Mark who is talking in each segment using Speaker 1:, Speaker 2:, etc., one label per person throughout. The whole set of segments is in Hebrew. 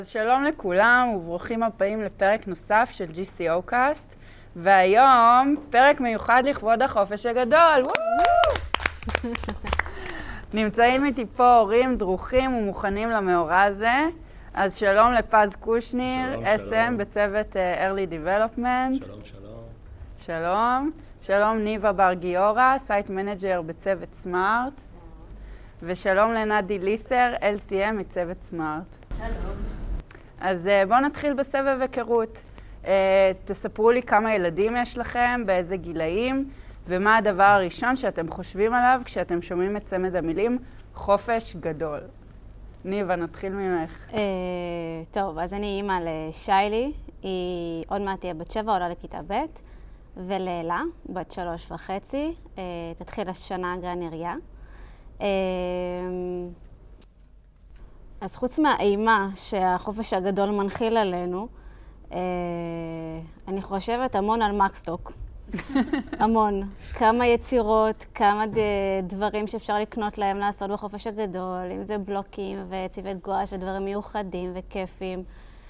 Speaker 1: אז שלום לכולם וברוכים הבאים לפרק נוסף של GCO Cast, והיום פרק מיוחד לכבוד החופש הגדול. נמצאים איתי פה הורים דרוכים ומוכנים למאורע הזה. אז שלום לפז קושניר, SM בצוות Early Development.
Speaker 2: שלום, שלום.
Speaker 1: שלום. שלום ניבה בר גיורא, סייט מנג'ר בצוות סמארט. ושלום לנדי ליסר, LTM מצוות סמארט.
Speaker 3: שלום.
Speaker 1: אז בואו נתחיל בסבב היכרות. תספרו לי כמה ילדים יש לכם, באיזה גילאים, ומה הדבר הראשון שאתם חושבים עליו כשאתם שומעים את צמד המילים חופש גדול. ניבה, נתחיל ממך.
Speaker 3: טוב, אז אני אימא לשיילי, היא עוד מעט תהיה בת 7, עולה לכיתה ב', ולאלה, בת 3.5, תתחיל השנה גן עירייה. אז חוץ מהאימה שהחופש הגדול מנחיל עלינו, אני חושבת המון על מקסטוק. המון. כמה יצירות, כמה דברים שאפשר לקנות להם לעשות בחופש הגדול, אם זה בלוקים וצבעי גואש ודברים מיוחדים וכיפים.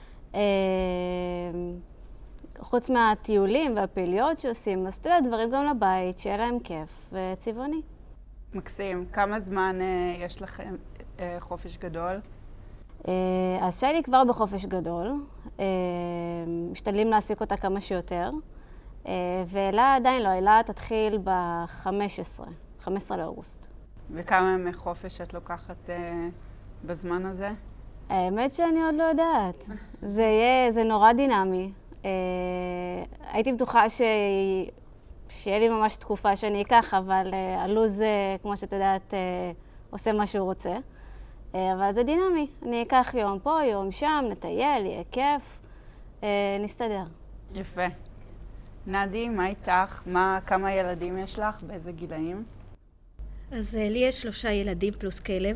Speaker 3: חוץ מהטיולים והפעילויות שעושים, אז אתה יודע, דברים גם לבית, שיהיה להם כיף וצבעוני.
Speaker 1: מקסים. כמה זמן יש לכם חופש גדול?
Speaker 3: אז שיילי כבר בחופש גדול, משתדלים להעסיק אותה כמה שיותר, ואלה עדיין לא, אלה תתחיל ב-15 לאוגוסט.
Speaker 1: וכמה ימי חופש את לוקחת בזמן הזה?
Speaker 3: האמת שאני עוד לא יודעת. זה נורא דינמי. הייתי בטוחה שיהיה לי ממש תקופה שאני אקח, אבל הלוז, כמו שאת יודעת, עושה מה שהוא רוצה. אבל זה דינמי. אני אקח יום פה, יום שם, נטייל, יהיה כיף, נסתדר.
Speaker 1: יפה. נדי, מה איתך? כמה ילדים יש לך? באיזה גילאים?
Speaker 4: אז לי יש 3 ילדים פלוס כלב.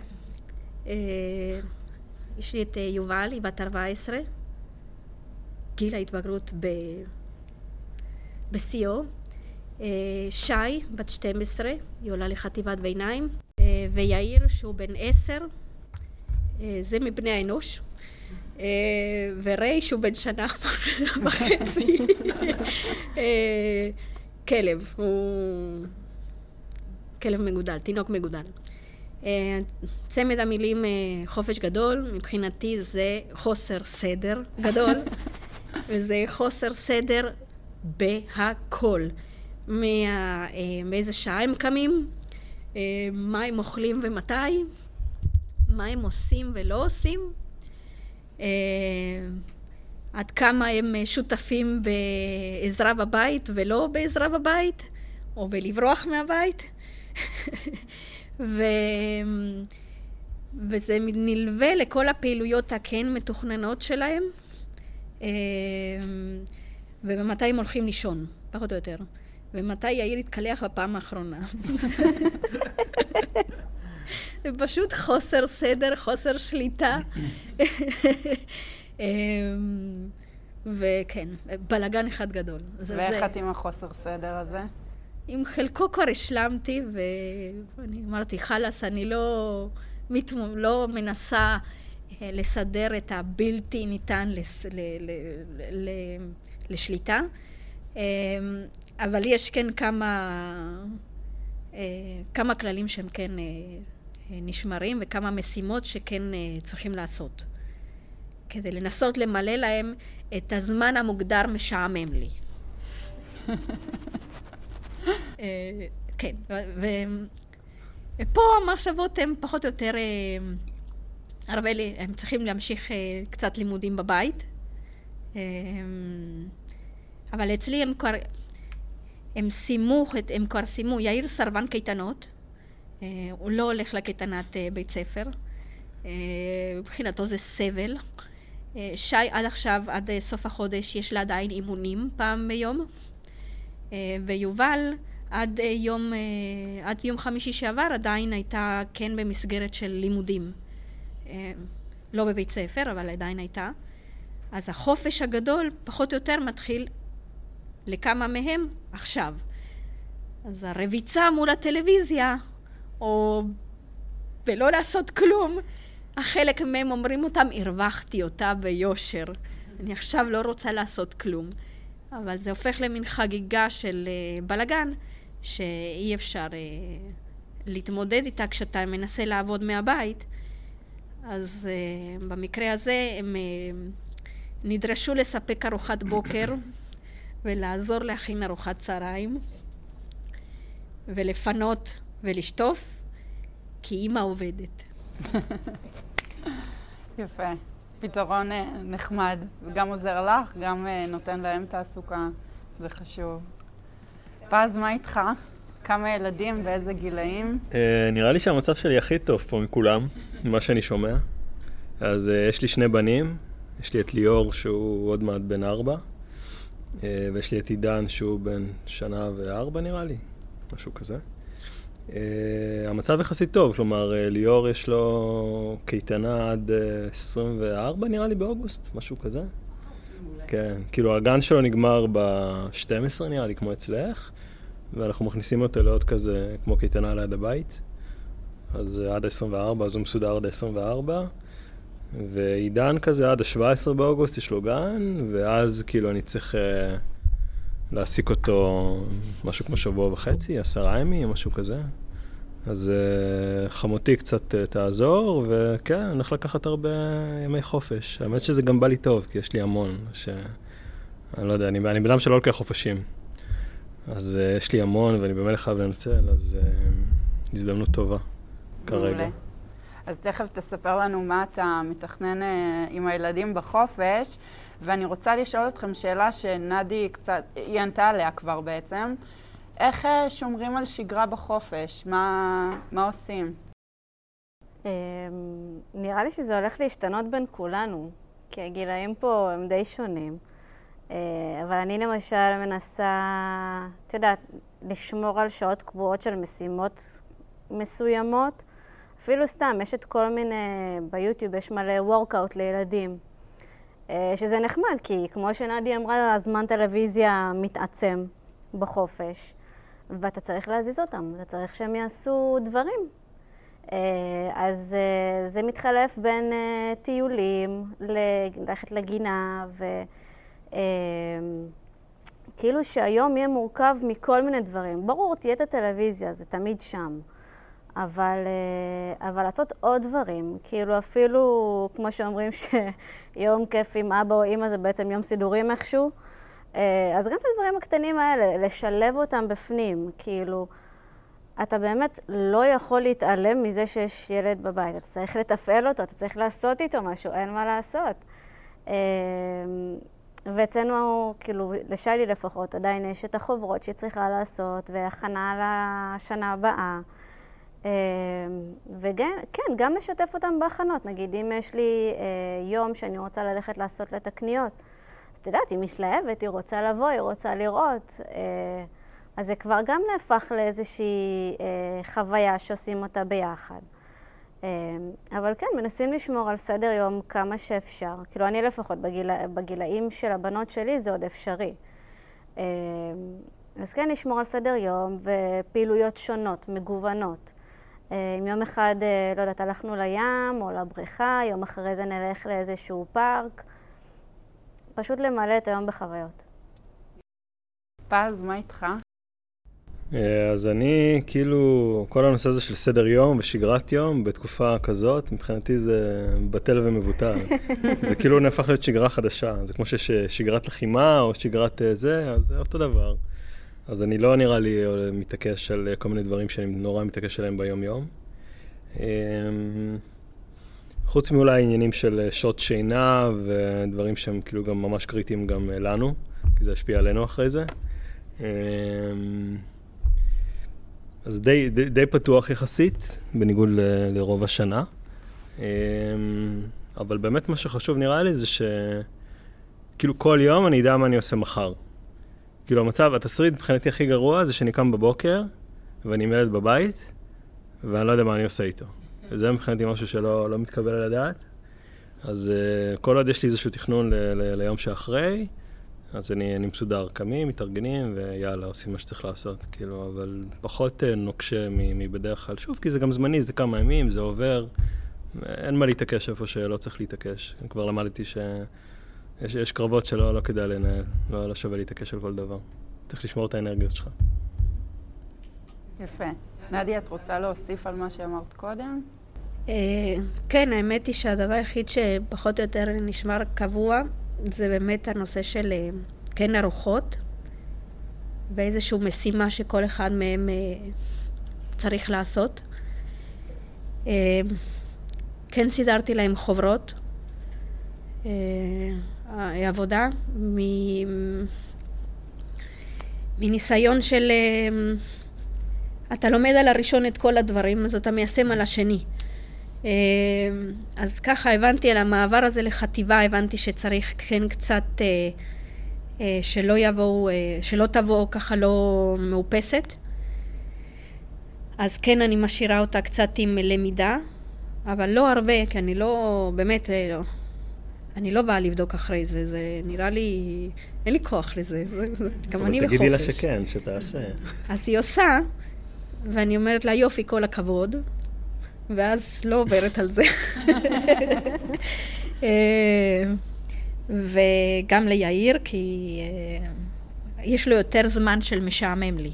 Speaker 4: יש לי את יובל, היא בת 14. גיל ההתבגרות בשיאו. שי, בת 12, היא עולה לחטיבת ביניים. ויאיר, שהוא בן 10, זה מבני האנוש. וריי, שהוא בן 1.5 שנה. כלב, הוא כלב מגודל, תינוק מגודל. צמד המילים חופש גדול, מבחינתי זה חוסר סדר גדול, וזה חוסר סדר בהכל. מאיזה שעה הם קמים, מה הם אוכלים ומתי, מה הם עושים ולא עושים, עד כמה הם שותפים בעזרה בבית ולא בעזרה בבית, או בלברוח מהבית. וזה נלווה לכל הפעילויות הכן מתוכננות שלהם, ומתי הם הולכים לישון, פחות או יותר. ומתי יאיר התקלח בפעם האחרונה. זה פשוט חוסר סדר, חוסר שליטה. וכן, בלגן אחד גדד.
Speaker 1: ואיך את עם החוסר סדר הזה?
Speaker 4: עם חלקו כבר השלמתי, ואני אמרתי, חלס, אני לא מנסה לסדר את הבלתי ניתן לשליטה. אבל יש כן כמה כללים שהם כן נשמרים, וכמה משימות שכן צריכים לעשות. כדי לנסות למלא להם את הזמן המוגדר משעמם לי. כן, ופה המחשבות הן פחות או יותר, הם צריכים להמשיך קצת לימודים בבית. אבל אצלי הם כבר סיימו, יאיר סרבן קייטנות, הוא לא הולך לקייטנת בית ספר, מבחינתו זה סבל. שי עד עכשיו, עד סוף החודש, יש לה עדיין אימונים פעם ביום, ויובל עד יום חמישי שעבר עדיין הייתה כן במסגרת של לימודים, לא בבית ספר, אבל עדיין הייתה. אז החופש הגדול פחות או יותר מתחיל לכמה מהם עכשיו. אז הרביצה מול הטלוויזיה, או ולא לעשות כלום, החלק מהם אומרים אותם, הרווחתי אותה ביושר. אני עכשיו לא רוצה לעשות כלום. אבל זה הופך למין חגיגה של בלגן, שאי אפשר להתמודד איתה כשאתה מנסה לעבוד מהבית. אז במקרה הזה הם נדרשו לספק ארוחת בוקר ולעזור להכין ארוחת צהריים ולפנות ולשטוף, כי אמא עובדת.
Speaker 1: יפה. פתרון נחמד, וגם עוזר לך, גם נותן להם תעסוקה, זה חשוב. פז, מה איתך? כמה ילדים, באיזה גילאים?
Speaker 2: נראה לי שהמצב שלי הכי טוב פה מכולם, ממה שאני שומע. אז יש לי 2 בנים, יש לי את ליאור שהוא עוד מעט בן 4, ויש לי את עידן שהוא בן 1 ו4 נראה לי, משהו כזה. המצב יחסית טוב, כלומר ליאור יש לו קייטנה עד 24 נראה לי באוגוסט, משהו כזה. כן, כאילו הגן שלו נגמר ב-12 נראה לי כמו אצלך, ואנחנו מכניסים אותו לעוד כזה כמו קייטנה ליד הבית. אז עד 24, אז הוא מסודר עד 24. ועידן כזה עד ה-17 באוגוסט יש לו גן, ואז כאילו אני צריך להעסיק אותו משהו כמו 1.5 שבוע, 10 ימים, משהו כזה. אז חמותי קצת תעזור, וכן, אני הולך לקחת הרבה ימי חופש. האמת שזה גם בא לי טוב, כי יש לי המון, אני לא יודע, אני בן אדם שלא לוקח חופשים. אז יש לי המון, ואני באמת חייב לנצל, אז הזדמנות טובה כרגע.
Speaker 1: אז תכף תספר לנו מה אתה מתכנן עם הילדים בחופש, ואני רוצה לשאול אתכם שאלה שנדי קצת, היא ענתה עליה כבר בעצם. איך שומרים על שגרה בחופש? מה עושים?
Speaker 3: נראה לי שזה הולך להשתנות בין כולנו, כי הגילאים פה הם די שונים. אבל אני למשל מנסה, את יודעת, לשמור על שעות קבועות של משימות מסוימות. אפילו סתם, יש את כל מיני, ביוטיוב יש מלא וורקאוט לילדים. שזה נחמד, כי כמו שנדי אמרה, הזמן טלוויזיה מתעצם בחופש. ואתה צריך להזיז אותם, אתה צריך שהם יעשו דברים. אז זה מתחלף בין טיולים, ללכת לגינה, כאילו שהיום יהיה מורכב מכל מיני דברים. ברור, תהיה את הטלוויזיה, זה תמיד שם. אבל לעשות עוד דברים, כאילו אפילו, כמו שאומרים שיום כיף עם אבא או אמא זה בעצם יום סידורים איכשהו, אז גם את הדברים הקטנים האלה, לשלב אותם בפנים, כאילו, אתה באמת לא יכול להתעלם מזה שיש ילד בבית, אתה צריך לתפעל אותו, אתה צריך לעשות איתו משהו, אין מה לעשות. ואצלנו, כאילו, לשיילי לפחות, עדיין יש את החוברות שהיא צריכה לעשות, והכנה לשנה הבאה. וכן, גם לשתף אותם בהכנות. נגיד, אם יש לי יום שאני רוצה ללכת לעשות לה את הקניות, אז את יודעת, היא מתלהבת, היא רוצה לבוא, היא רוצה לראות. אז זה כבר גם נהפך לאיזושהי חוויה שעושים אותה ביחד. אבל כן, מנסים לשמור על סדר יום כמה שאפשר. כאילו, אני לפחות בגילאים של הבנות שלי זה עוד אפשרי. אז כן, לשמור על סדר יום ופעילויות שונות, מגוונות. אם יום אחד, לא יודעת, הלכנו לים או לבריכה, יום אחרי זה נלך לאיזשהו פארק. פשוט למלא את היום בחוויות.
Speaker 1: פז, מה איתך?
Speaker 2: אז אני, כאילו, כל הנושא הזה של סדר יום ושגרת יום, בתקופה כזאת, מבחינתי זה בטל ומבוטל. זה כאילו נהפך להיות שגרה חדשה. זה כמו ששגרת לחימה או שגרת זה, אז זה אותו דבר. אז אני לא נראה לי מתעקש על כל מיני דברים שאני נורא מתעקש עליהם ביום יום. חוץ מאולי העניינים של שעות שינה ודברים שהם כאילו גם ממש קריטיים גם לנו, כי זה השפיע עלינו אחרי זה. אז די פתוח יחסית, בניגוד לרוב השנה. אבל באמת מה שחשוב נראה לי זה שכאילו כל יום אני יודע מה אני עושה מחר. כאילו המצב, התסריט מבחינתי הכי גרוע זה שאני קם בבוקר ואני עם ילד בבית ואני לא יודע מה אני עושה איתו. וזה מבחינתי משהו שלא מתקבל על הדעת. אז כל עוד יש לי איזשהו תכנון ליום שאחרי, אז אני מסודר, קמים, מתארגנים ויאללה, עושים מה שצריך לעשות. כאילו, אבל פחות נוקשה מבדרך כלל. שוב, כי זה גם זמני, זה כמה ימים, זה עובר. אין מה להתעקש איפה שלא צריך להתעקש. כבר למדתי שיש קרבות שלא כדאי לנהל, לא שווה להתעקש על כל דבר. צריך לשמור את האנרגיות שלך.
Speaker 1: יפה. נדיה, את רוצה להוסיף על מה שאמרת קודם?
Speaker 4: כן, האמת היא שהדבר היחיד שפחות או יותר נשמר קבוע, זה באמת הנושא של כן ארוחות, ואיזושהי משימה שכל אחד מהם צריך לעשות. כן סידרתי להם חוברות, עבודה, מניסיון של אתה לומד על הראשון את כל הדברים, אז אתה מיישם על השני. אז ככה הבנתי על המעבר הזה לחטיבה, הבנתי שצריך כן קצת שלא תבוא ככה לא מאופסת. אז כן אני משאירה אותה קצת עם למידה, אבל לא הרבה, כי אני לא, באמת לא. אני לא באה לבדוק אחרי זה, זה נראה לי, אין לי כוח לזה, גם אני בחופש.
Speaker 2: אבל תגידי לה שכן, שתעשה.
Speaker 4: אז היא עושה, ואני אומרת לה יופי כל הכבוד, ואז לא עוברת על זה. וגם ליאיר, כי יש לו יותר זמן של משעמם לי.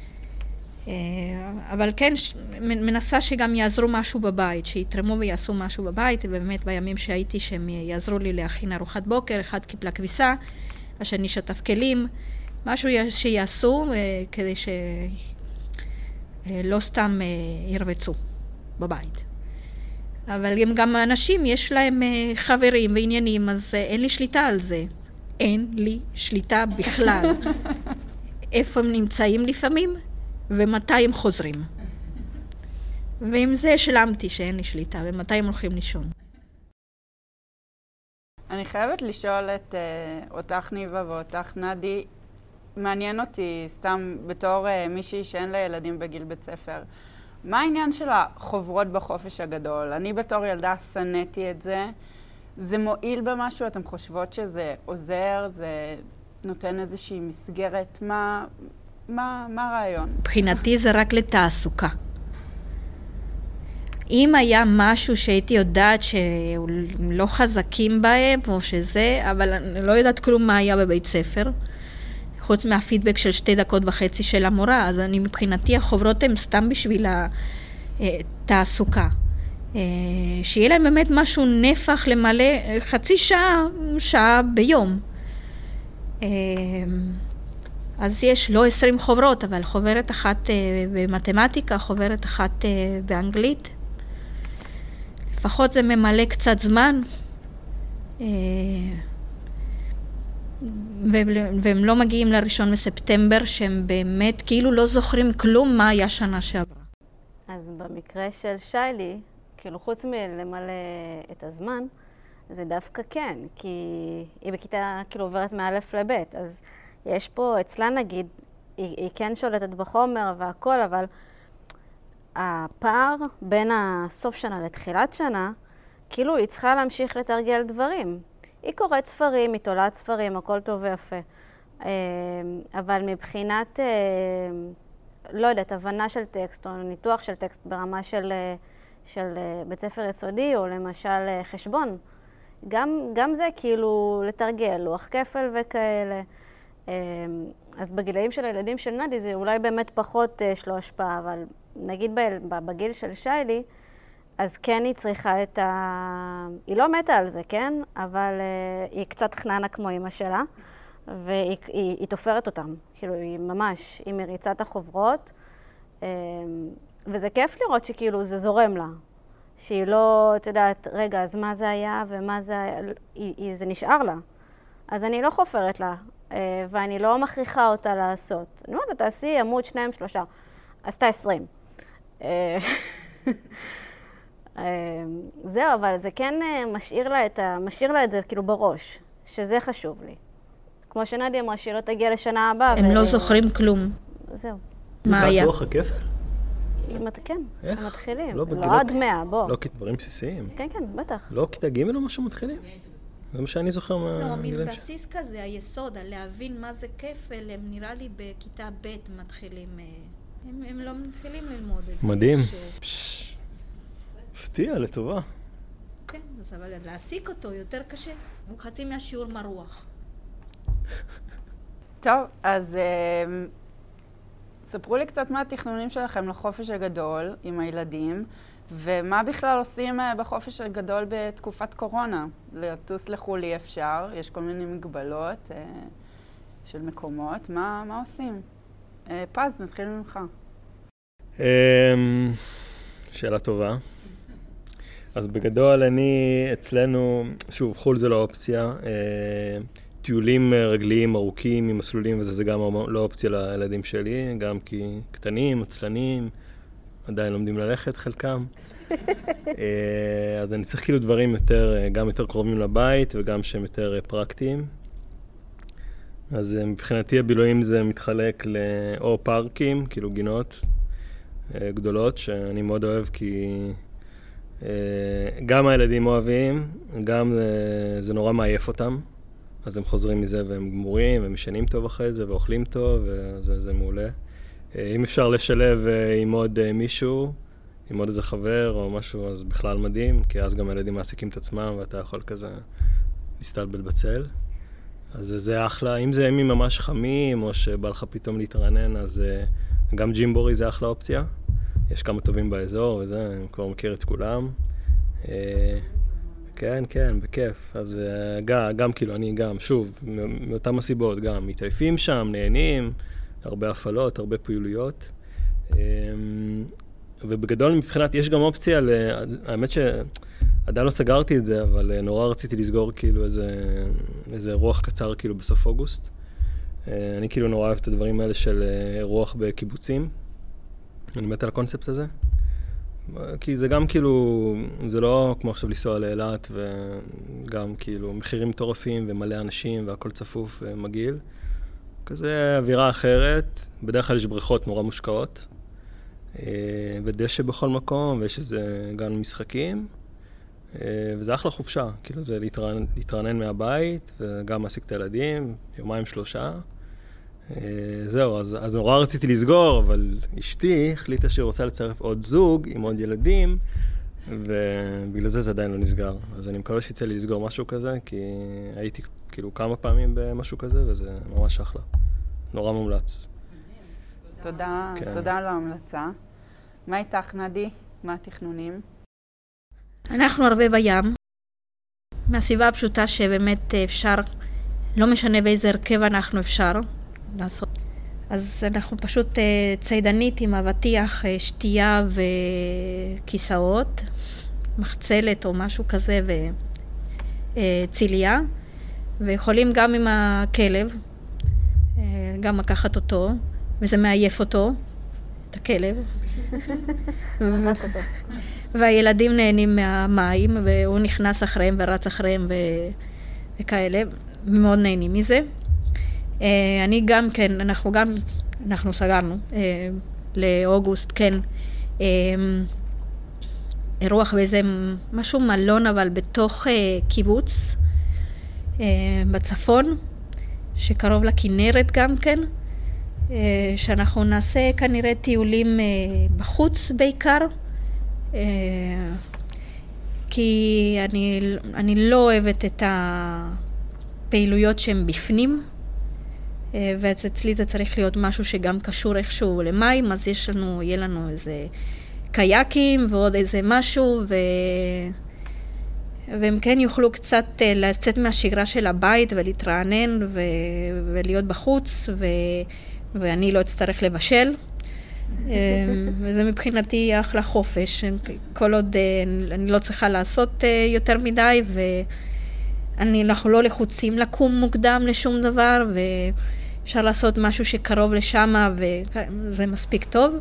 Speaker 4: אבל כן, מנסה שגם יעזרו משהו בבית, שיתרמו ויעשו משהו בבית, ובאמת בימים שהייתי שהם יעזרו לי להכין ארוחת בוקר, אחד קיפלה כביסה, השני שטף כלים, משהו שיעשו כדי שלא סתם ירבצו בבית. אבל גם האנשים יש להם חברים ועניינים, אז אין לי שליטה על זה. אין לי שליטה בכלל. איפה הם נמצאים לפעמים? ומתי הם חוזרים. ועם זה שלמתי שאין לי שליטה, ומתי הם הולכים לישון.
Speaker 1: אני חייבת לשאול את אותך ניבה ואותך נדי, מעניין אותי סתם בתור מישהי שאין לה ילדים בגיל בית ספר. מה העניין של החוברות בחופש הגדול? אני בתור ילדה סניתי את זה. זה מועיל במשהו? אתם חושבות שזה עוזר? זה נותן איזושהי מסגרת? מה הרעיון?
Speaker 4: מבחינתי זה רק לתעסוקה. אם היה משהו שהייתי יודעת שלא חזקים בהם או שזה, אבל אני לא יודעת כלום מה היה בבית ספר, חוץ מהפידבק של 2.5 דקות של המורה, אז אני מבחינתי החוברות הן סתם בשביל התעסוקה. שיהיה להם באמת משהו נפח למלא חצי שעה ביום. אז יש לא 20 חוברות, אבל חוברת אחת במתמטיקה, חוברת אחת באנגלית. לפחות זה ממלא קצת זמן. והם לא מגיעים ל1 בספטמבר, שהם באמת כאילו לא זוכרים כלום מה היה שנה שעברה.
Speaker 3: אז במקרה של שיילי, כאילו חוץ מלמלא את הזמן, זה דווקא כן, כי היא בכיתה כאילו עוברת מאלף לבית, אז יש פה אצלה נגיד, היא כן שולטת בחומר והכל, אבל הפער בין הסוף שנה לתחילת שנה, כאילו היא צריכה להמשיך לתרגל דברים. היא קוראת ספרים, היא תולעת ספרים, הכל טוב ויפה. אבל מבחינת, לא יודעת, הבנה של טקסט או ניתוח של טקסט ברמה של בית ספר יסודי, או למשל חשבון, גם זה כאילו לתרגל, לוח כפל וכאלה. אז בגילאים של הילדים של נדי זה אולי באמת פחות יש לו השפעה, אבל נגיד בגיל של שיילי, אז כן היא צריכה את היא לא מתה על זה, כן? אבל היא קצת חננה כמו אמא שלה, והיא תופרת אותם. כאילו, היא ממש, היא מריצה את החוברות, וזה כיף לראות שכאילו זה זורם לה. שהיא לא, את יודעת, רגע, אז מה זה היה ומה זה היה, זה נשאר לה. אז אני לא חופרת לה, ואני לא מכריחה אותה לעשות. אני אומרת, תעשי עמוד 2-3, עשתה 20. זהו, אבל זה כן משאיר לה את זה כאילו בראש, שזה חשוב לי. כמו שנדיה אמרה, שהיא לא תגיע לשנה הבאה.
Speaker 4: הם לא זוכרים כלום.
Speaker 3: זהו.
Speaker 4: מה היה?
Speaker 2: לוח הכפל?
Speaker 3: כן,
Speaker 2: איך?
Speaker 3: הם מתחילים.
Speaker 2: לא
Speaker 3: עד 100, בוא.
Speaker 2: לא דברים בסיסיים.
Speaker 3: כן, בטח.
Speaker 2: לא כיתה ג' או משהו מתחילים? זה מה שאני זוכר מהגילים
Speaker 4: לא, מבסיס כזה, היסוד, על להבין מה זה כפל, הם נראה לי בכיתה ב' מתחילים, הם לא מתחילים ללמוד את זה.
Speaker 2: מדהים. הפתיע, לטובה.
Speaker 4: כן, אז אבל להעסיק אותו יותר קשה. הוא חצי מהשיעור מרוח.
Speaker 1: טוב, אז ספרו לי קצת מה התכנונים שלכם לחופש הגדול עם הילדים, ומה בכלל עושים בחופש הגדול בתקופת קורונה? לטוס לחו"ל אי אפשר, יש כל מיני מגבלות של מקומות, מה עושים? פז, נתחיל ממך.
Speaker 2: שאלה טובה. אז בגדול אצלנו, שוב, חו"ל זה לא אופציה, טיולים רגליים ארוכים עם מסלולים וזה, זה גם לא אופציה לילדים שלי, גם כי קטנים, עצלנים, עדיין לומדים ללכת חלקם. אז אני צריך כאילו דברים גם יותר קרובים לבית וגם שהם יותר פרקטיים. אז מבחינתי הבילויים זה מתחלק או פארקים, כאילו גינות גדולות, שאני מאוד אוהב כי גם הילדים אוהבים, גם זה נורא מעייף אותם. אז הם חוזרים מזה והם גמורים, והם ישנים טוב אחרי זה ואוכלים טוב, וזה מעולה. אם אפשר לשלב עם עוד מישהו, עם עוד איזה חבר או משהו, אז בכלל מדהים, כי אז גם הילדים מעסיקים את עצמם, ואתה יכול כזה להסתלבל בצל. אז זה אחלה. אם זה ימים ממש חמים, או שבא לך פתאום להתרענן, אז גם ג'ימבורי זה אחלה אופציה. יש כמה טובים באזור וזה, אני כבר מכיר את כולם. כן, כן, בכיף. אז גם כאילו, אני גם, שוב, מאותם הסיבות, גם מתעייפים שם, נהנים, הרבה הפעלות, הרבה פעילויות. ובגדול מבחינת, יש גם אופציה, האמת שעדיין לא סגרתי את זה, אבל נורא רציתי לסגור כאילו איזה רוח קצר כאילו בסוף אוגוסט. אני כאילו נורא אוהב את הדברים האלה של רוח בקיבוצים. אני מת על הקונספט הזה. כי זה גם כאילו, זה לא כמו עכשיו לנסוע לאילת, וגם כאילו מחירים מטורפים ומלא אנשים והכל צפוף ומגעיל. כזה אווירה אחרת, בדרך כלל יש בריכות נורא מושקעות, ודשא בכל מקום, ויש איזה גן משחקים, וזה אחלה חופשה, כאילו זה להתרענן מהבית, וגם מעסיק את הילדים, 2-3. זהו, אז נורא רציתי לסגור, אבל אשתי החליטה שהיא רוצה לצרף עוד זוג עם עוד ילדים, ובגלל זה עדיין לא נסגר. אז אני מקווה שיצא לי לסגור משהו כזה, כי הייתי כאילו כמה פעמים במשהו כזה, וזה ממש אחלה. נורא מומלץ.
Speaker 1: תודה, תודה על ההמלצה. מה איתך, נדי? מה התכנונים?
Speaker 4: אנחנו הרבה בים, מהסיבה הפשוטה שבאמת אפשר, לא משנה באיזה הרכב אנחנו אפשר לעשות. אז אנחנו פשוט ציידנית עם אבטיח, שתייה וכיסאות, מחצלת או משהו כזה וציליה, ויכולים גם עם הכלב, גם לקחת אותו, וזה מעייף אותו, את הכלב. והילדים נהנים מהמים, והוא נכנס אחריהם ורץ אחריהם וכאלה, מאוד נהנים מזה. אני גם כן, אנחנו סגרנו לאוגוסט, כן, אירוח באיזה משהו מלון, אבל בתוך קיבוץ בצפון, שקרוב לכנרת גם כן, שאנחנו נעשה כנראה טיולים בחוץ בעיקר, כי אני לא אוהבת את הפעילויות שהן בפנים, ואצלי זה צריך להיות משהו שגם קשור איכשהו למים, אז יהיה לנו איזה קייקים ועוד איזה משהו, והם כן יוכלו קצת לצאת מהשגרה של הבית ולהתרענן ולהיות בחוץ, ואני לא אצטרך לבשל. וזה מבחינתי אחלה חופש, כל עוד אני לא צריכה לעשות יותר מדי, אנחנו לא לחוצים לקום מוקדם לשום דבר, ואפשר לעשות משהו שקרוב לשם, וזה מספיק טוב.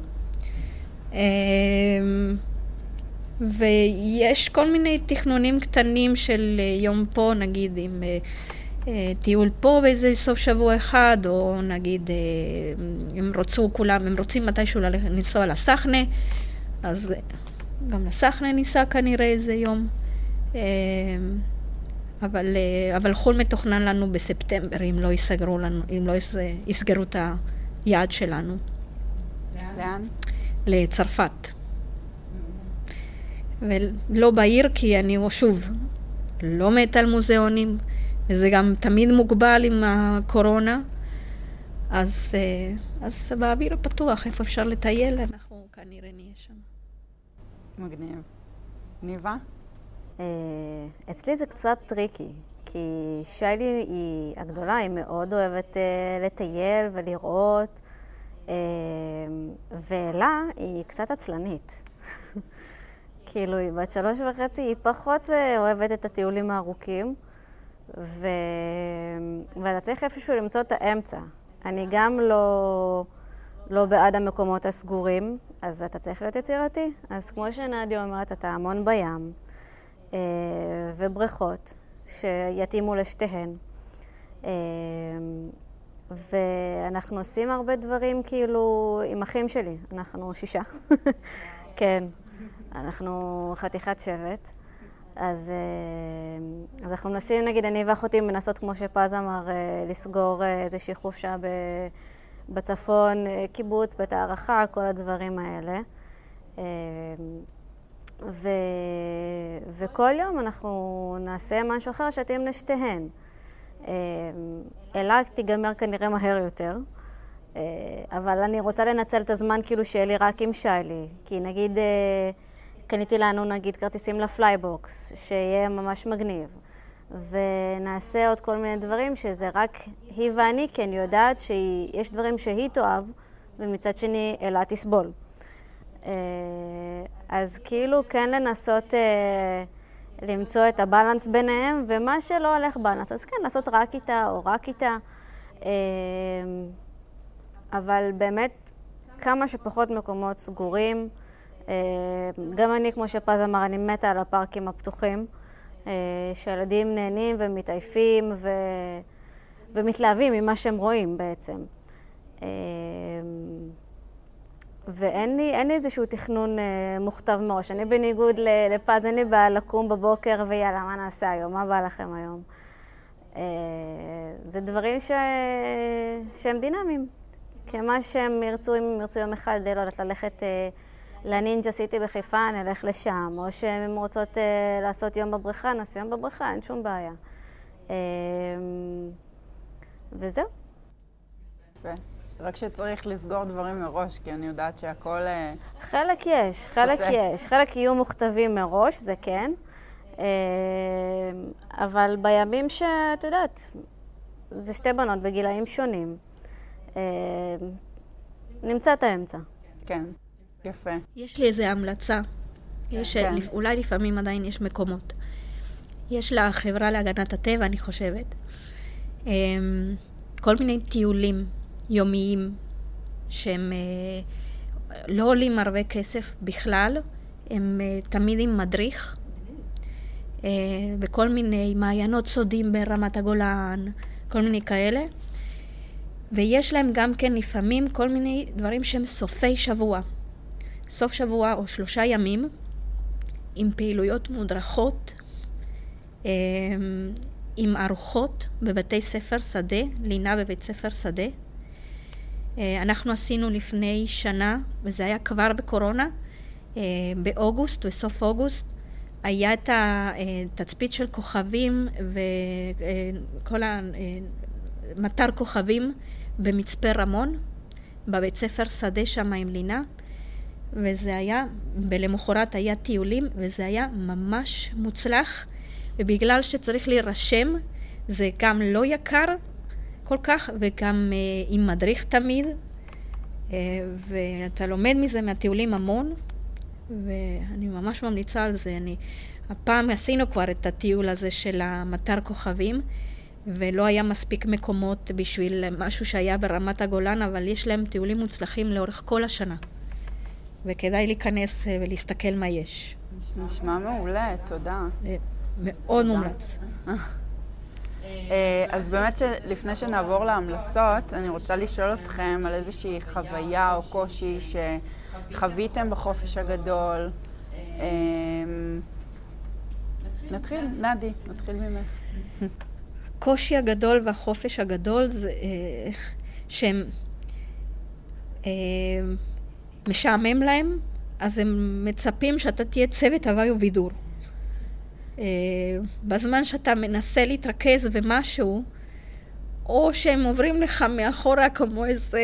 Speaker 4: ויש כל מיני תכנונים קטנים של יום פה, נגיד עם טיול פה באיזה סוף שבוע אחד, או נגיד הם רוצים מתישהו לנסוע לסחנה, אז גם לסחנה ניסע כנראה איזה יום. אבל חול מתוכנן לנו בספטמבר, אם לא יסגרו את היעד שלנו.
Speaker 1: לאן?
Speaker 4: לצרפת. ולא בעיר, כי אני שוב לא מתה על מוזיאונים, וזה גם תמיד מוגבל עם הקורונה. אז באוויר הפתוח, איפה אפשר לטייל, אנחנו כנראה נהיה שם.
Speaker 1: מגניב. ניבה?
Speaker 3: אצלי זה קצת טריקי, כי שיילי הגדולה, היא מאוד אוהבת לטייל ולראות, ואלה היא קצת עצלנית. כאילו, היא בת 3.5, היא פחות אוהבת את הטיולים הארוכים, ואתה צריך איפשהו למצוא את האמצע. אני גם לא בעד המקומות הסגורים, אז אתה צריך להיות יצירתי. אז כמו שנדיה אומרת, אתה המון בים, ובריכות שיתאימו לשתיהן. ואנחנו עושים הרבה דברים כאילו עם אחים שלי, אנחנו 6. כן, אנחנו חתיכת שבט. אז אנחנו מנסים, נגיד, אני ואחותי מנסות, כמו שפז אמר, לסגור איזושהי חופשה בצפון, קיבוץ, בית הערכה, כל הדברים האלה. וכל יום אנחנו נעשה משהו אחר שתאים לשתיהן. אלה תיגמר כנראה מהר יותר, אבל אני רוצה לנצל את הזמן כאילו שיהיה לי רק עם שיילי, כי נגיד קניתי לנו נגיד כרטיסים לפלייבוקס, שיהיה ממש מגניב, ונעשה עוד כל מיני דברים שזה רק היא ואני, כי אני יודעת שיש דברים שהיא תאהב, ומצד שני אלה תסבול. אז כאילו כן לנסות למצוא את הבלנס ביניהם, ומה שלא הולך בלנס, אז כן, לעשות רק איתה או רק איתה. אבל באמת כמה שפחות מקומות סגורים. גם אני, כמו שפז אמר, אני מתה על הפארקים הפתוחים, שילדים נהנים ומתעייפים ומתלהבים ממה שהם רואים בעצם. ואין לי איזשהו תכנון מוכתב מראש. אני בניגוד לפז, אין לי בעיה לקום בבוקר ויאללה, מה נעשה היום? מה בא לכם היום? זה דברים שהם דינמיים. כמה שהם ירצו, אם הם ירצו יום אחד, לא יודעת, ללכת לנינג'ה סיטי בחיפה, נלך לשם. או שהם רוצות לעשות יום בבריכה, נעשה יום בבריכה, אין שום בעיה. וזהו.
Speaker 1: רק שצריך לסגור דברים מראש, כי אני יודעת שהכל...
Speaker 3: חלק יש. חלק יהיו מוכתבים מראש, זה כן. אבל בימים שאת יודעת, זה 2 בנות בגילאים שונים. נמצא את האמצע.
Speaker 1: כן, יפה.
Speaker 4: יש לי איזו המלצה. כן. אולי לפעמים עדיין יש מקומות. יש לה חברה להגנת הטבע, אני חושבת. כל מיני טיולים יומיים שהם לא עולים הרבה כסף בכלל, הם תמיד עם מדריך, וכל מיני מעיינות סודים ברמת הגולן, כל מיני כאלה. ויש להם גם כן לפעמים כל מיני דברים שהם סופי שבוע. סוף שבוע או 3 ימים, עם פעילויות מודרכות, עם ארוחות בבתי ספר שדה, לינה בבית ספר שדה. אנחנו עשינו לפני שנה, וזה היה כבר בקורונה, באוגוסט, בסוף אוגוסט, היה את התצפית של כוכבים וכל מטר כוכבים במצפה רמון, בבית ספר שדה שם עם לינה, וזה היה, בלמחרת היה טיולים, וזה היה ממש מוצלח, ובגלל שצריך להירשם, זה גם לא יקר כל כך, וגם עם מדריך תמיד, ואתה לומד מזה מהטיולים המון, ואני ממש ממליצה על זה. הפעם עשינו כבר את הטיול הזה של המטר כוכבים, ולא היה מספיק מקומות בשביל משהו שהיה ברמת הגולן, אבל יש להם טיולים מוצלחים לאורך כל השנה. וכדאי להיכנס ולהסתכל מה יש.
Speaker 1: נשמע מעולה, תודה.
Speaker 4: מאוד מומלץ.
Speaker 1: אז באמת שלפני שנעבור להמלצות, אני רוצה לשאול אתכם על איזושהי חוויה או קושי שחוויתם בחופש הגדול. נתחיל, נדי, נתחיל ממך.
Speaker 4: הקושי הגדול והחופש הגדול זה שהם משעמם להם, אז הם מצפים שאתה תהיה צוות הוואי ובידור. בזמן שאתה מנסה להתרכז במשהו, או שהם עוברים לך מאחורה כמו איזה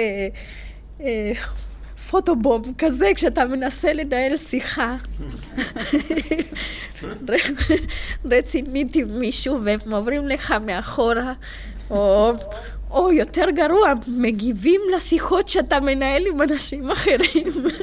Speaker 4: פוטובום כזה, כשאתה מנסה לנהל שיחה רצינית עם מישהו, והם עוברים לך מאחורה, או יותר גרוע, מגיבים לשיחות שאתה מנהל עם אנשים אחרים.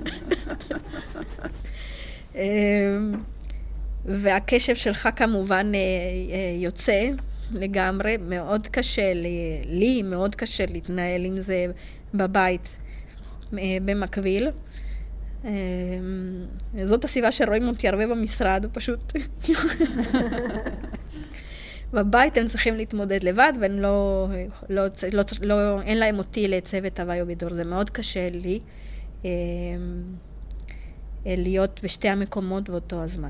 Speaker 4: והקשב שלך כמובן יוצא לגמרי. מאוד קשה לי, מאוד קשה להתנהל עם זה בבית במקביל. זאת הסיבה שרואים אותי הרבה במשרד, פשוט. בבית הם צריכים להתמודד לבד, ואין להם אותי לצוות הוואי ובידור. זה מאוד קשה לי להיות בשתי המקומות באותו הזמן.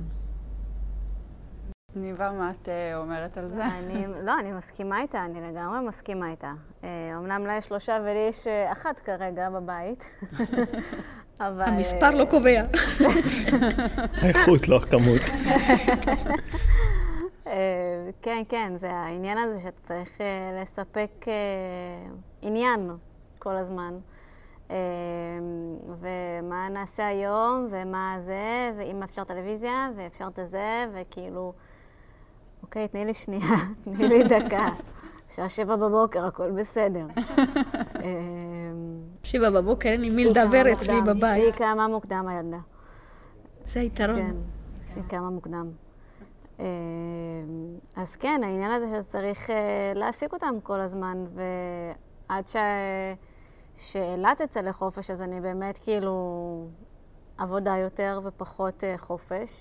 Speaker 1: ניבה, מה את אומרת על זה?
Speaker 3: אני מסכימה איתה, אני לגמרי מסכימה איתה. אמנם לה יש 3 ולי יש 1 כרגע בבית.
Speaker 4: המספר לא קובע.
Speaker 2: האיכות, לא הכמות.
Speaker 3: כן, זה העניין הזה שאתה צריך לספק עניין כל הזמן. ומה נעשה היום, ומה זה, ואם אפשר טלוויזיה, ואפשר את זה, וכאילו, אוקיי, תני לי שנייה, תני לי דקה. שעה 7 בבוקר, הכל בסדר.
Speaker 4: 7 בבוקר, אין לי מי לדבר אצלי בבית.
Speaker 3: היא קמה מוקדם הילדה.
Speaker 4: זה היתרון.
Speaker 3: כן, היא קמה מוקדם. אז כן, העניין הזה שאתה צריך להעסיק אותם כל הזמן, ועד שאלת אצא לחופש, אז אני באמת כאילו עבודה יותר ופחות חופש.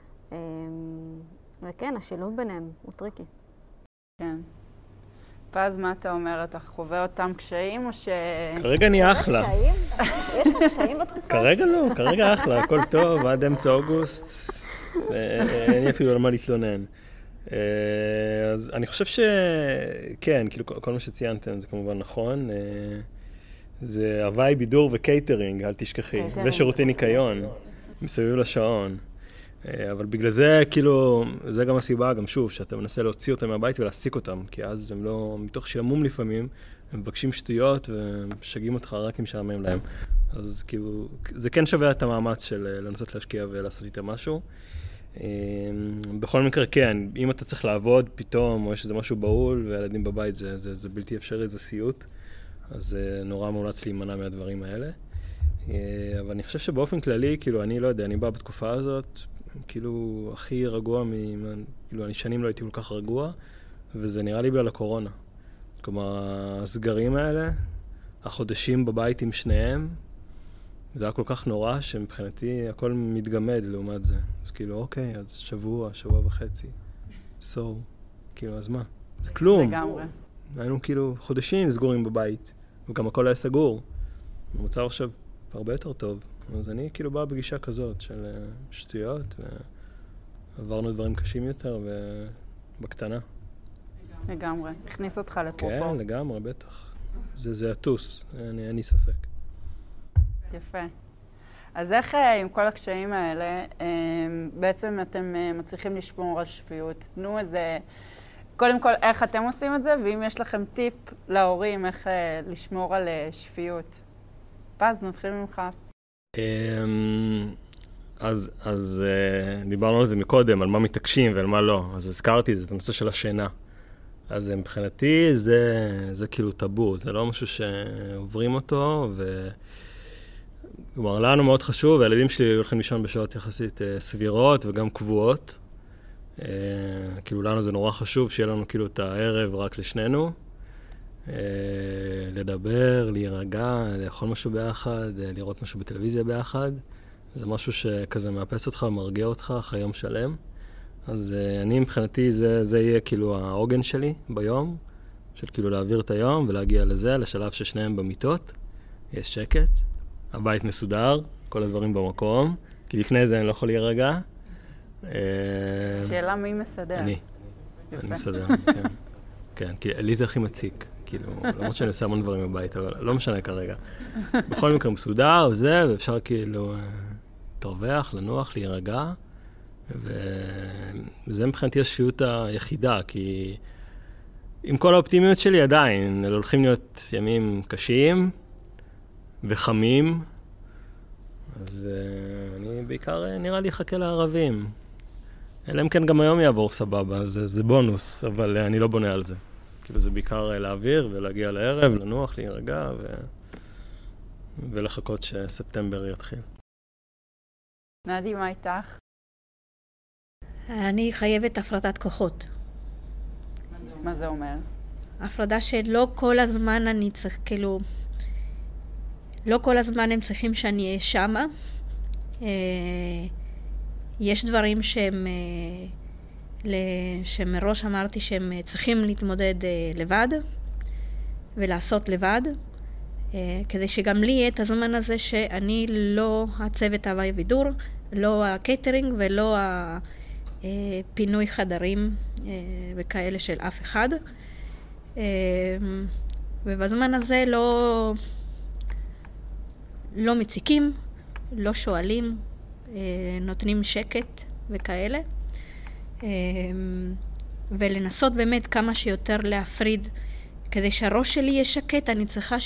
Speaker 3: וכן, השילוב ביניהם הוא טריקי.
Speaker 1: כן. פז, מה אתה אומר? אתה חווה אותם קשיים או ש...
Speaker 2: כרגע אני אחלה.
Speaker 3: יש לך קשיים בתקופה?
Speaker 2: כרגע לא, כרגע אחלה, הכל טוב, עד אמצע אוגוסט. אין לי אפילו על מה להתלונן. אז אני חושב שכן, כאילו כל מה שציינתם זה כמובן נכון. זה הוואי בידור וקייטרינג, אל תשכחי, ושירותי ניקיון, מסביב לשעון. אבל בגלל זה, כאילו, זה גם הסיבה, גם שוב, שאתה מנסה להוציא אותם מהבית ולהסיק אותם, כי אז הם לא, מתוך שעמום לפעמים, הם מבקשים שטויות ומשגעים אותך רק אם שעמם להם. אז כאילו, זה כן שווה את המאמץ של לנסות להשקיע ולעשות איתם משהו. בכל מקרה, כן, אם אתה צריך לעבוד פתאום, או יש איזה משהו בהול, וילדים בבית, זה בלתי אפשרי, זה סיוט. אז נורא מומלץ להימנע מהדברים האלה. אבל אני חושב שבאופן כללי, כאילו, אני לא יודע, אני בא בתקופה הזאת, כאילו, הכי רגוע, כאילו, אני שנים לא הייתי כל כך רגוע, וזה נראה לי בגלל הקורונה. כלומר, הסגרים האלה, החודשים בבית עם שניהם, זה היה כל כך נורא, שמבחינתי הכל מתגמד לעומת זה. אז כאילו, אוקיי, אז שבוע וחצי. כאילו, אז מה? זה כלום.
Speaker 1: לגמרי.
Speaker 2: היינו כאילו חודשים סגורים בבית, וגם הכל היה סגור. המצב עכשיו הרבה יותר טוב. אז אני כאילו בא בגישה כזאת של שטויות, ועברנו דברים קשים יותר, ובקטנה.
Speaker 1: לגמרי. הכניס אותך לפרופור.
Speaker 2: כן, לגמרי, בטח. זה הטוס, אין לי ספק.
Speaker 1: יפה. אז איך עם כל הקשיים האלה, בעצם אתם מצליחים לשמור על שפיות? תנו איזה... קודם כל, איך אתם עושים את זה, ואם יש לכם טיפ להורים איך לשמור על שפיות. פז, נתחיל ממך.
Speaker 2: אז דיברנו על זה מקודם, על מה מתעקשים ועל מה לא. אז הזכרתי את הנושא של השינה. אז מבחינתי זה כאילו טאבו, זה לא משהו שעוברים אותו, כלומר, לנו מאוד חשוב, והילדים שלי הולכים לישון בשעות יחסית סבירות וגם קבועות. כאילו לנו זה נורא חשוב שיהיה לנו כאילו את הערב רק לשנינו. לדבר, להירגע, לאכול משהו ביחד, לראות משהו בטלוויזיה ביחד. זה משהו שכזה מאפס אותך, מרגיע אותך אחרי יום שלם. אז אני מבחינתי זה יהיה כאילו העוגן שלי ביום, של כאילו להעביר את היום ולהגיע לזה, לשלב ששניהם במיטות. יש שקט, הבית מסודר, כל הדברים במקום, כי לפני זה אני לא יכול להירגע.
Speaker 1: שאלה מי מסדר?
Speaker 2: אני מסדר, כן. כן, כי לי זה הכי מציק, כאילו, למרות שאני עושה המון דברים בבית, אבל לא משנה כרגע. בכל מקרה מסודר, זה, ואפשר כאילו, להתרווח, לנוח, להירגע, וזה מבחינתי השפיות היחידה, כי עם כל האופטימיות שלי עדיין, אלה הולכים להיות ימים קשים וחמים, אז אני בעיקר נראה לי אחכה לערבים. אלא אם כן גם היום יעבור סבבה, זה בונוס, אבל אני לא בונה על זה. כאילו זה בעיקר להעביר ולהגיע לערב, לנוח, להירגע ולחכות שספטמבר יתחיל.
Speaker 1: נדי, מה איתך?
Speaker 4: אני חייבת הפרדת כוחות.
Speaker 1: מה זה אומר?
Speaker 4: הפרדה שלא כל הזמן אני צריך, כאילו, לא כל הזמן הם צריכים שאני אהיה שמה. יש דברים שמראש אמרתי שהם צריכים להתמודד לבד ולעשות לבד, כדי שגם לי יהיה את הזמן הזה שאני לא הצוות הוואי בידור, לא הקייטרינג ולא הפינוי חדרים וכאלה של אף אחד. ובזמן הזה לא מציקים, לא שואלים, נותנים שקט וכאלה. ולנסות באמת כמה שיותר להפריד, כדי שהראש שלי יהיה שקט. אני צריכה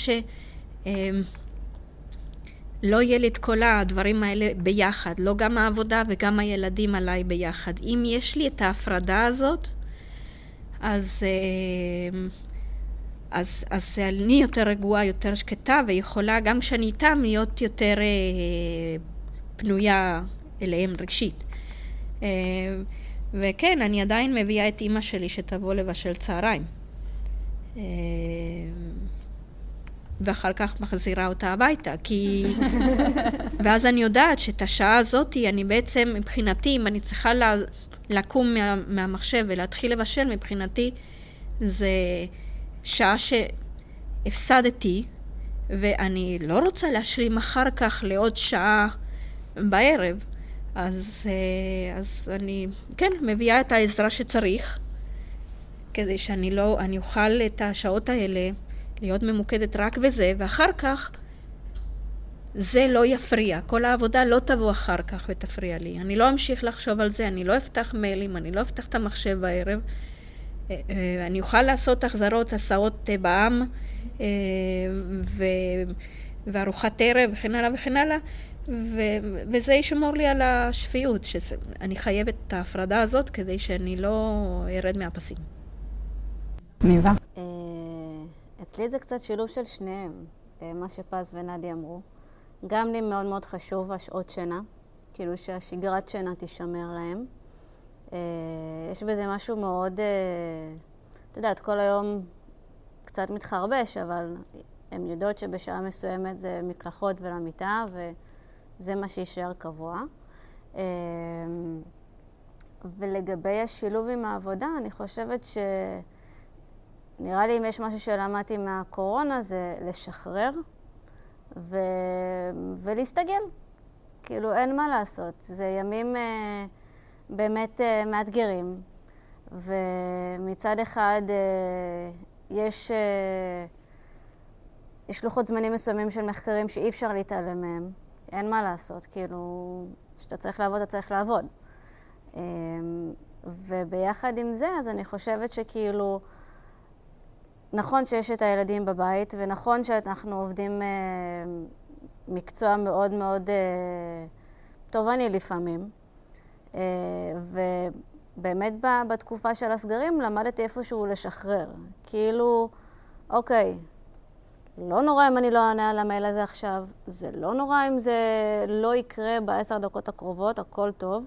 Speaker 4: לא יהיה לי את כל הדברים האלה ביחד, לא גם העבודה וגם הילדים עליי ביחד. אם יש לי את ההפרדה הזאת, אז אני יותר רגועה, יותר שקטה, ויכולה גם כשאני איתם להיות יותר פנויה אליהם רגשית. וכן, אני עדיין מביאה את אמא שלי שתבוא לבשל צהריים. ואחר כך מחזירה אותה הביתה, כי... ואז אני יודעת שאת השעה הזאת, אני בעצם, מבחינתי, אם אני צריכה לקום מהמחשב ולהתחיל לבשל, מבחינתי, זה שעה שהפסדתי, ואני לא רוצה להשלים אחר כך לעוד שעה בערב. אז אני, כן, מביאה את העזרה שצריך, כדי שאני אוכל את השעות האלה להיות ממוקדת רק בזה, ואחר כך זה לא יפריע. כל העבודה לא תבוא אחר כך ותפריע לי. אני לא אמשיך לחשוב על זה, אני לא אפתח מיילים, אני לא אפתח את המחשב בערב. אני אוכל לעשות החזרות, הסעות בעם, וארוחת ערב וכן הלאה וכן הלאה, וזה ישמור לי על השפיות, שאני חייבת את ההפרדה הזאת כדי שאני לא ארד מהפסים.
Speaker 1: ניבה.
Speaker 3: אצלי זה קצת שילוב של שניהם, מה שפז ונדי אמרו. גם לי מאוד מאוד חשוב השעות שינה, כאילו שהשגרת שינה תישמר להם. יש בזה משהו מאוד, אתה יודעת, כל היום קצת מתחרבש, אבל הן יודעות שבשעה מסוימת זה מקלחות ולמיטה, וזה מה שישאר קבוע. ולגבי השילוב עם העבודה, אני חושבת נראה לי אם יש משהו שלמדתי מהקורונה, זה לשחרר ולהסתגל. כאילו אין מה לעשות. זה ימים באמת מאתגרים. ומצד אחד יש לוחות זמנים מסוימים של מחקרים שאי אפשר להתעלם מהם. אין מה לעשות. כאילו, שאתה צריך לעבוד, אתה צריך לעבוד. וביחד עם זה, אז אני חושבת שכאילו, נכון שיש את הילדים בבית, ונכון שאנחנו עובדים מקצוע מאוד מאוד תובעני לפעמים. ובאמת בתקופה של הסגרים למדתי איפשהו לשחרר. כאילו, אוקיי, לא נורא אם אני לא אענה על המייל הזה עכשיו, זה לא נורא אם זה לא יקרה ב10 דקות הקרובות, הכל טוב.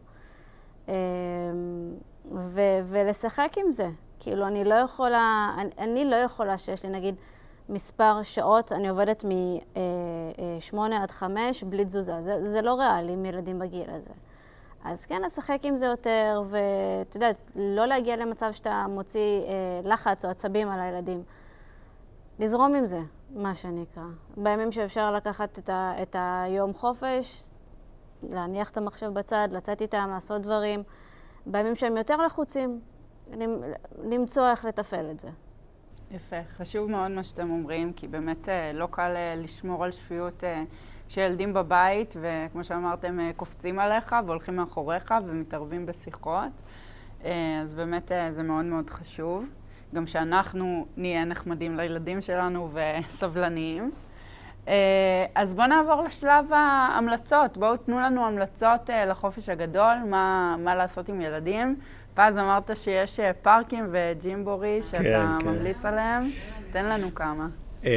Speaker 3: ולשחק עם זה. כאילו, אני לא יכולה שיש לי, נגיד, מספר שעות, אני עובדת מ-8 עד 5 בלי תזוזה. זה לא ריאלי עם ילדים בגיל הזה. אז כן, לשחק עם זה יותר, ואתה יודע, לא להגיע למצב שאתה מוציא לחץ או עצבים על הילדים. לזרום עם זה, מה שנקרא. בימים שאפשר לקחת את היום חופש, להניח את המחשב בצד, לצאת איתם, לעשות דברים. בימים שהם יותר לחוצים, למצוא איך לטפל את זה.
Speaker 1: יפה. חשוב מאוד מה שאתם אומרים, כי באמת לא קל לשמור על שפיות שילדים בבית, וכמו שאמרתם, קופצים עליך והולכים מאחוריך ומתערבים בשיחות. אז באמת זה מאוד מאוד חשוב. גם שאנחנו נהיה נחמדים לילדים שלנו וסבלניים. אז בואו נעבור לשלב ההמלצות. בואו תנו לנו המלצות לחופש הגדול, מה לעשות עם ילדים. ואז אמרת שיש פארקים וג'ימבורי שאתה ממליץ עליהם. תן לנו כמה.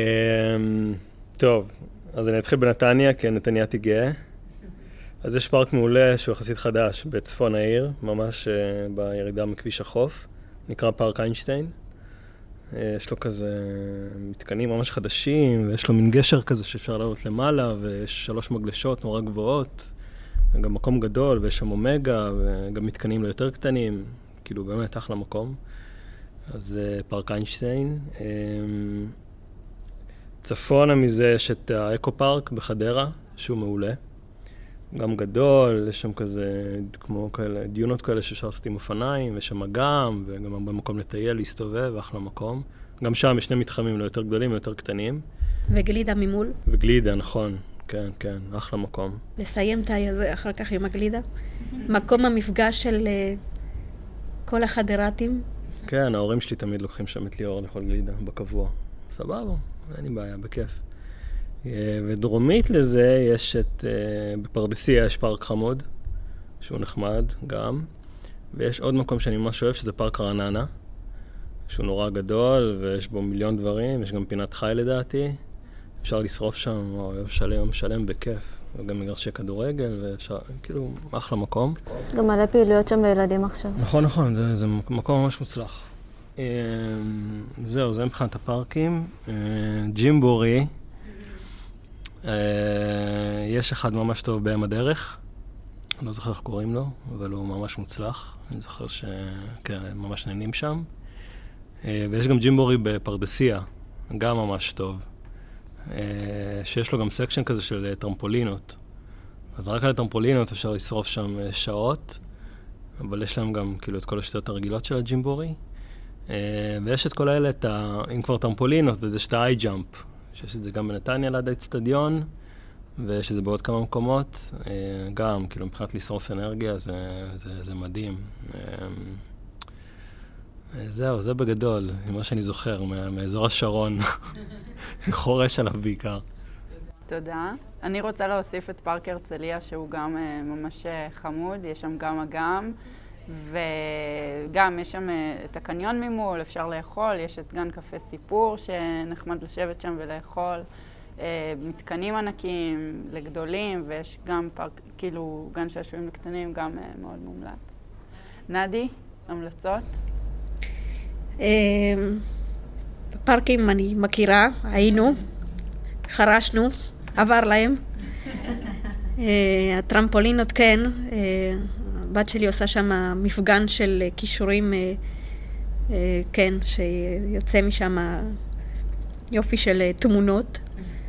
Speaker 2: טוב, אז אני אתחיל בנתניה, כי נתניהתי גאה. אז יש פארק מעולה שהוא יחסית חדש בצפון העיר, ממש בירידה מכביש החוף. נקרא פארק איינשטיין. יש לו כזה מתקנים ממש חדשים, ויש לו מין גשר כזה שאפשר לעלות למעלה, ויש 3 מגלשות נורא גבוהות, וגם מקום גדול, ויש שם אומגה, וגם מתקנים לא יותר קטנים, כאילו באמת אחלה מקום. אז פארק איינשטיין. צפונה מזה יש את האקו פארק בחדרה, שהוא מעולה. גם גדול, יש שם כזה, כמו כאלה, דיונות כאלה שאפשר לעשות עם אופניים, ויש שם אגם, וגם במקום לטייל, להסתובב, אחלה מקום. גם שם יש 2 מתחמים, לא יותר גדולים, יותר קטנים.
Speaker 4: וגלידה ממול.
Speaker 2: וגלידה, נכון. כן, כן, אחלה מקום.
Speaker 4: לסיים את הזה אחר כך עם הגלידה. מקום המפגש של כל החדרתים.
Speaker 2: כן, ההורים שלי תמיד לוקחים שם את ליאור לאכול גלידה, בקבוע. סבבה, אין לי בעיה, בכיף. ודרומית לזה יש את, בפרדסיה יש פארק חמוד, שהוא נחמד גם, ויש עוד מקום שאני ממש אוהב, שזה פארק רעננה, שהוא נורא גדול, ויש בו מיליון דברים, יש גם פינת חי לדעתי, אפשר לשרוף שם, יום שלם בכיף, וגם מגרשי כדורגל, ואפשר, כאילו, אחלה מקום.
Speaker 3: גם מלא פעילויות שם לילדים עכשיו.
Speaker 2: נכון, נכון, זה מקום ממש מוצלח. זהו, זה מבחינת הפארקים. ג'ימבורי, יש אחד ממש טוב בים הדרך, אני לא זוכר איך קוראים לו, אבל הוא ממש מוצלח, אני זוכר שכן, ממש נהנים שם. ויש גם ג'ימבורי בפרדסיה, גם ממש טוב, שיש לו גם סקשן כזה של טרמפולינות. אז רק על הטרמפולינות אפשר לשרוף שם שעות, אבל יש להם גם כאילו את כל השיטות הרגילות של הג'ימבורי. ויש את כל האלה, אם כבר טרמפולינות, אז יש את האי-ג'אמפ, שיש את זה גם בנתניה ליד האצטדיון, ויש את זה בעוד כמה מקומות, גם, כאילו, מבחינת לשרוף אנרגיה, זה מדהים. זהו, זה בגדול, ממה שאני זוכר, מאזור השרון, חורש עליו בעיקר.
Speaker 1: תודה. אני רוצה להוסיף את פארק הרצליה, שהוא גם ממש חמוד, יש שם גם אגם, וגם יש שם את הקניון ממול, אפשר לאכול, יש את גן קפה סיפור שנחמד לשבת שם ולאכול, מתקנים ענקים לגדולים, ויש גם פארק, כאילו גן שעשועים לקטנים, גם מאוד מומלץ. נדי, המלצות?
Speaker 4: פארקים אני מכירה, היינו, חרשנו, עבר להם. הטרמפולינות כן, הבת שלי עושה שם מפגן של כישורים, כן, שיוצא משם יופי של תמונות.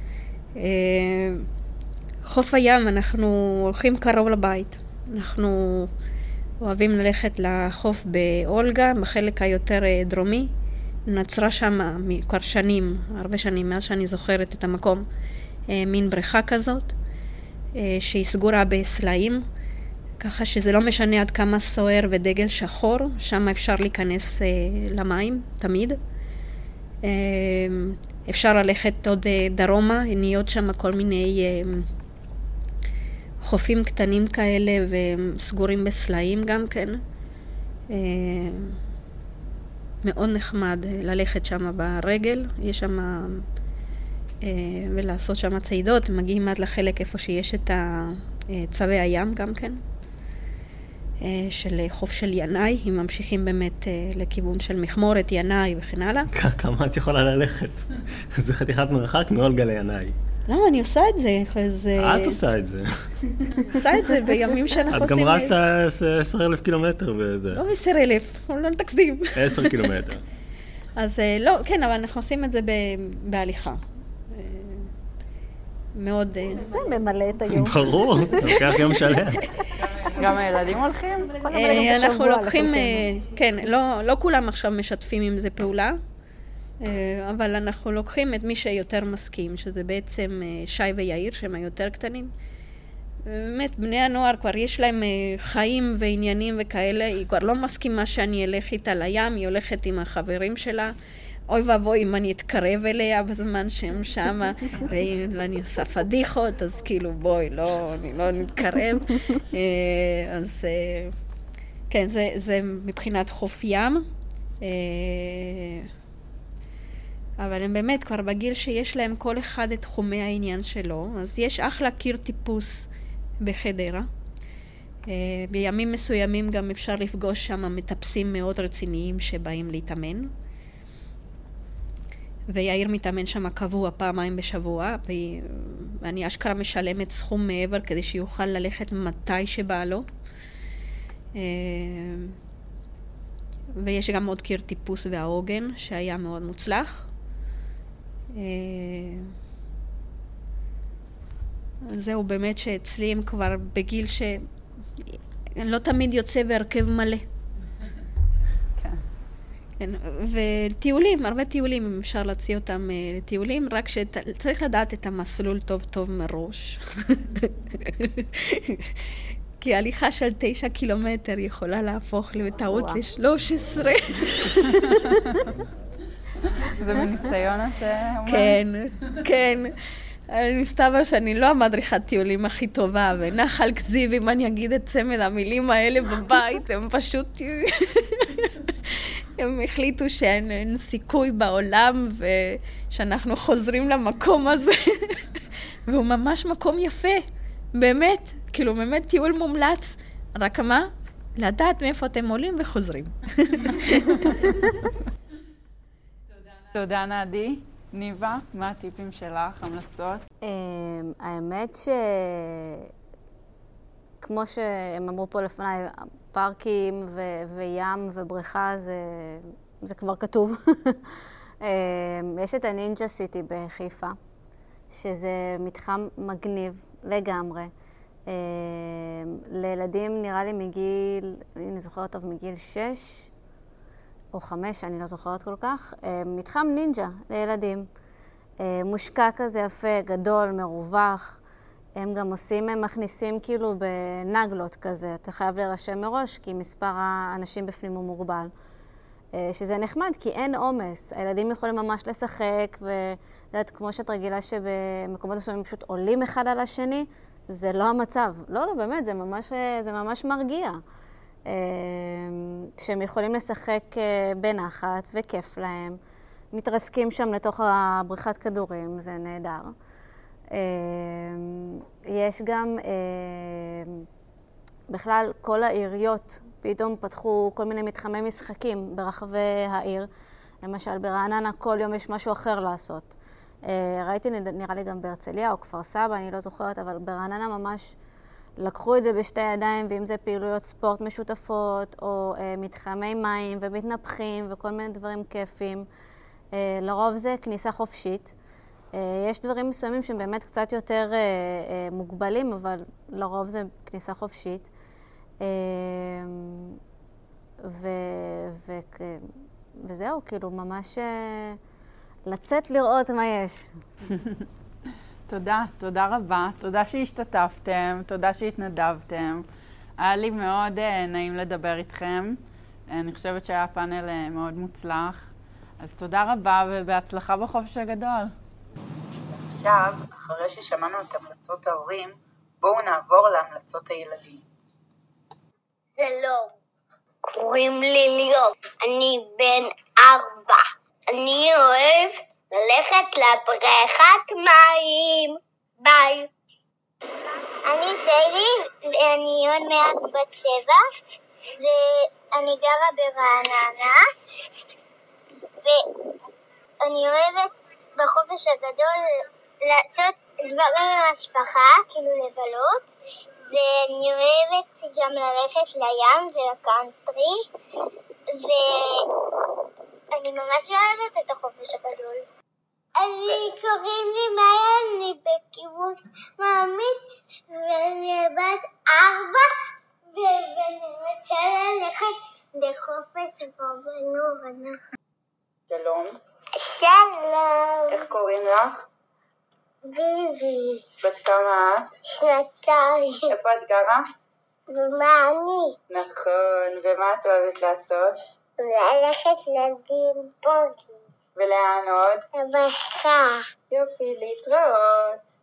Speaker 4: חוף הים, אנחנו הולכים קרוב לבית. אנחנו אוהבים ללכת לחוף באולגה, בחלק היותר דרומי. נצרה שם כבר שנים, הרבה שנים, מאז שאני זוכרת את המקום, מין בריכה כזאת, שהיא סגורה בסלעים, ככה שזה לא משנה עד כמה סוער ודגל שחור, שם אפשר להיכנס למים, תמיד. אפשר ללכת עוד דרומה, נהיות שם כל מיני חופים קטנים כאלה וסגורים בסלעים גם כן. מאוד נחמד ללכת שם ברגל, יש שם ולעשות שם צעידות, מגיעים עד לחלק איפה שיש את צווי הים גם כן, של חוף של ינאי, הם ממשיכים באמת לכיוון של מכמורת, ינאי וכן הלאה.
Speaker 2: כמה את יכולה ללכת? זה חתיכת מרחק מאולגה לינאי.
Speaker 4: למה? אני עושה את זה.
Speaker 2: את עושה את זה.
Speaker 4: עושה את זה בימים שאנחנו עושים...
Speaker 2: את גם רצה 10,000 קילומטר וזה.
Speaker 4: לא 10,000, לא תקדים.
Speaker 2: 10 קילומטר.
Speaker 4: אז לא, כן, אבל אנחנו עושים את זה בהליכה. מאוד...
Speaker 3: זה ממלא את היום.
Speaker 2: ברור, זה לוקח יום שלם.
Speaker 1: גם הילדים הולכים?
Speaker 4: אנחנו לוקחים, כן, לא כולם עכשיו משתפים עם זה פעולה. אבל אנחנו לוקחים את מי שיותר מסכים, שזה בעצם שי ויאיר, שהם היותר קטנים. באמת, בני הנוער כבר יש להם חיים ועניינים וכאלה, היא כבר לא מסכימה שאני אלך איתה לים, היא הולכת עם החברים שלה. אוי ואבוי אם אני אתקרב אליה בזמן שהם שמה, ואני עושה פדיחות, אז כאילו בואי, אני לא נתקרב. אז כן, זה מבחינת חוף ים. אבל הם באמת כבר בגיל שיש להם כל אחד את תחומי העניין שלו, אז יש אחלה קיר טיפוס בחדרה. בימים מסוימים גם אפשר לפגוש שם מטפסים מאוד רציניים שבאים להתאמן. ויאיר מתאמן שם קבוע פעמיים בשבוע, ואני אשכרה משלמת סכום מעבר כדי שיוכל ללכת מתי שבא לו. ויש גם עוד קיר טיפוס והעוגן שהיה מאוד מוצלח. זהו באמת שאצלי הם כבר בגיל לא תמיד יוצא בהרכב מלא. כן. וטיולים, הרבה טיולים, אם אפשר להציע אותם לטיולים, רק שצריך לדעת את המסלול טוב טוב מראש. כי הליכה של 9 קילומטר יכולה להפוך לטעות ל-13.
Speaker 1: זה מניסיון את אומרת?
Speaker 4: כן, כן. מסתבר שאני לא המדריכת טיולים הכי טובה, ונחל כזיב, אם אני אגיד את צמד המילים האלה בבית, הם פשוט... הם החליטו שאין סיכוי בעולם, ושאנחנו חוזרים למקום הזה. והוא ממש מקום יפה, באמת, כאילו באמת טיול מומלץ, רק מה? לדעת מאיפה אתם עולים וחוזרים.
Speaker 1: תודה נעדי. ניבה, מה הטיפים שלך, המלצות?
Speaker 3: האמת כמו שהם אמרו פה לפניי, פארקים וים ובריכה זה כבר כתוב. יש את הנינג'ה סיטי בחיפה, שזה מתחם מגניב לגמרי. לילדים נראה לי מגיל, אני זוכרת טוב, מגיל 6 או 5, אני לא זוכרת כל כך. מתחם נינג'ה לילדים. מושקע כזה יפה, גדול, מרווח. הם גם הם מכניסים כאילו בנגלות כזה. אתה חייב להירשם מראש, כי מספר האנשים בפנים הוא מוגבל. שזה נחמד, כי אין עומס. הילדים יכולים ממש לשחק, ודעת, כמו שאת רגילה שבמקומות מסוימים פשוט עולים אחד על השני, זה לא המצב. לא, באמת, זה ממש מרגיע. שהם יכולים לשחק בנחת וכיף להם. מתרסקים שם לתוך הבריכת כדורים, זה נהדר. יש גם, בכלל כל העיריות פתאום פתחו כל מיני מתחמי משחקים ברחבי העיר. למשל ברעננה כל יום יש משהו אחר לעשות. ראיתי נראה לי גם בהרצליה או כפר סבא, אני לא זוכרת, אבל ברעננה ממש לקחו את זה בשתי ידיים, ואם זה פעילויות ספורט משותפות או מתחמי מים ומתנפחים וכל מיני דברים כיפים. לרוב זה כניסה חופשית. יש דברים מסוימים שהם באמת קצת יותר מוגבלים, אבל לרוב זה כניסה חופשית. וזהו, כאילו ממש לצאת לראות מה יש.
Speaker 1: תודה רבה. תודה שהשתתפתם, תודה שהתנדבתם. היה לי מאוד נעים לדבר איתכם. אני חושבת שהיה פאנל מאוד מוצלח. אז תודה רבה ובהצלחה בחופש הגדול. עכשיו, אחרי ששמענו את המלצות ההורים, בואו נעבור להמלצות הילדים.
Speaker 5: שלום, קוראים לי ליאור, אני בן 4. אני אוהב ללכת לבריכת מים. ביי. אני שלי, ואני עוד מעט בת 7, ואני גרה ברעננה, ואני אוהבת בחופש הגדול לעשות דברים עם המשפחה, כאילו לבלות, ואני אוהבת גם ללכת לים ולקאנטרי, ואני ממש אוהבת את החופש הגדול. קוראים לי מאיה, אני בקיבוץ מאמית, ואני בת 4, ואני רוצה ללכת לחופש בנורנה.
Speaker 1: שלום.
Speaker 5: שלום.
Speaker 1: איך קוראים לך?
Speaker 5: ביבי.
Speaker 1: בת כמה את?
Speaker 5: 2.
Speaker 1: איפה את גרה?
Speaker 5: ומה אני?
Speaker 1: נכון, ומה את אוהבת לעשות?
Speaker 5: ללכת לדין בוגי.
Speaker 1: ולאן עוד?
Speaker 5: לבשר.
Speaker 1: יופי, להתראות.